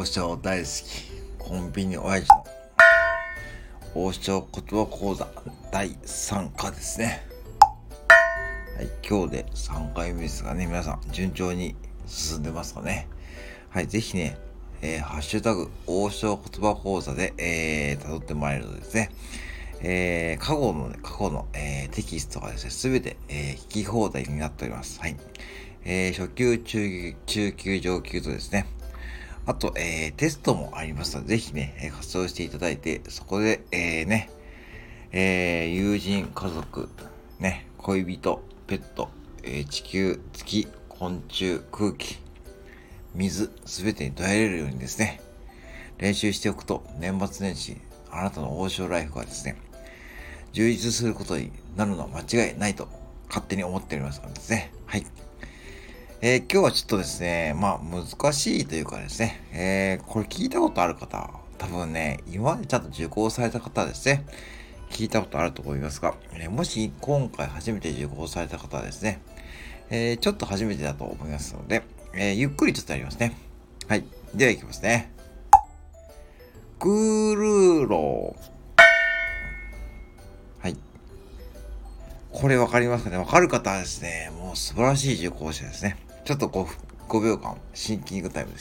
王将大好きコンビニ親父の王将言葉講座第3課ですね。はい、今日で3回目ですがね、皆さん順調に進んでますかね。はい、ぜひね、ハッシュタグ王将言葉講座で辿ってもらえるとですね、過去の、テキストがですね、すべて、聞き放題になっております。はい。初級、中級、上級とですね、あと、テストもありますので、ぜひね、活用していただいて、そこで、友人、家族、ね、恋人、ペット、地球、月、昆虫、空気、水、すべてに耐えれるようにですね、練習しておくと、年末年始、あなたの王将ライフがですね、充実することになるのは間違いないと勝手に思っておりますのでですね。はい。今日はちょっとですね、難しいというかですね、これ聞いたことある方、多分ね、今までちゃんと受講された方はですね、聞いたことあると思いますが、もし今回初めて受講された方はですね、ちょっと初めてだと思いますので、ゆっくりちょっとやりますね。はい。では行きますね。クールーロー。はい。これわかりますかね？わかる方はですね、もう素晴らしい受講者ですね。ちょっと5秒間、シンキングタイムです。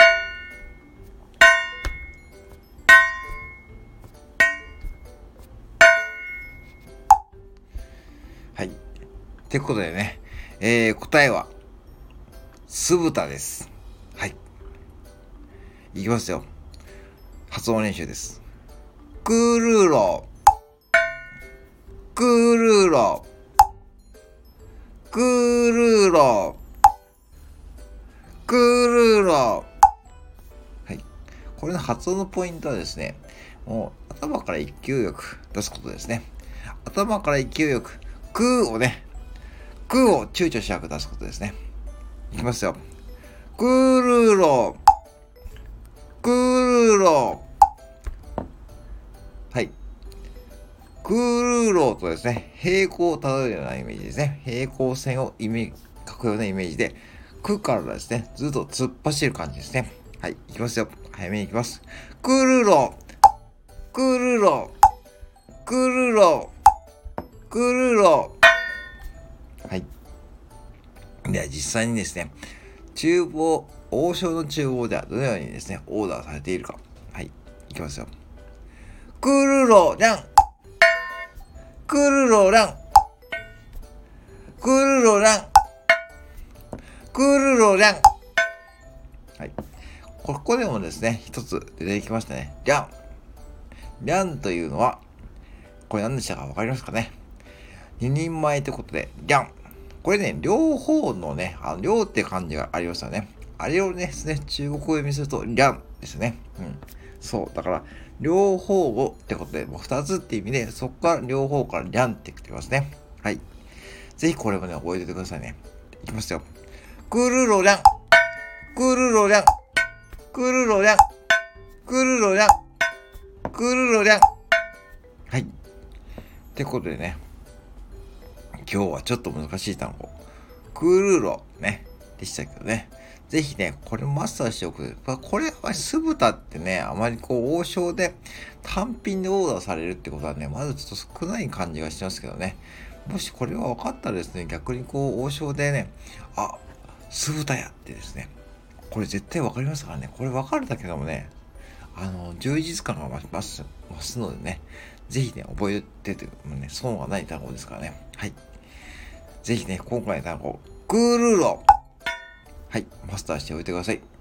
はい。ってことでね、答えは、酢豚です。はい。いきますよ。発音練習です。クールーロー。クールーロー。クールーロー。クールーロー。はい。これの発音のポイントはですね、もう頭から勢いよく出すことですね。頭から勢いよく、クーを躊躇しなく出すことですね。いきますよ。クールーロー。クールーロー。はい。クールーローとですね、平行をたどるようなイメージですね。平行線を描くようなイメージで、クからですね、ずっと突っ走る感じですね。はい。いきますよ。早めにいきます。クールーロー。クールーロー。クールーロー。クールーロー。はい。では実際にですね、王将の厨房ではどのようにですね、オーダーされているか。はい。いきますよ。クールローラン。クールローラン。クールローラン。クールローラン。はい。ここでもですね、一つ出てきましたね。リャン。リャンというのは、これ何でしたかわかりますかね？二人前ということで、リャン。これね、両方のね、両って漢字がありますよね。あれをね、中国語にすると、リャンですね。うん。そう。だから、両方をってことで、もう二つって意味で、そこから両方からリャンって言ってますね。はい。ぜひこれもね、覚えておいてくださいね。いきますよ。クールロリャン。クールロリャン。クールロリャン。クールロリャン。クールロリャン。はい。ってことでね、今日はちょっと難しい単語。クールーロね、でしたけどね。ぜひね、これマスターしておく。これは酢豚ってね、あまり王将で単品でオーダーされるってことはね、まずちょっと少ない感じがしてますけどね。もしこれが分かったらですね、逆に王将でね、酢豚やってですね、これ絶対分かりますからね。これ分かるだけでもね、充実感が増すのでね、ぜひね、覚えててもね、損はない単語ですからね。はい。ぜひね、今回の単語、クールーロはい、マスターしておいてください。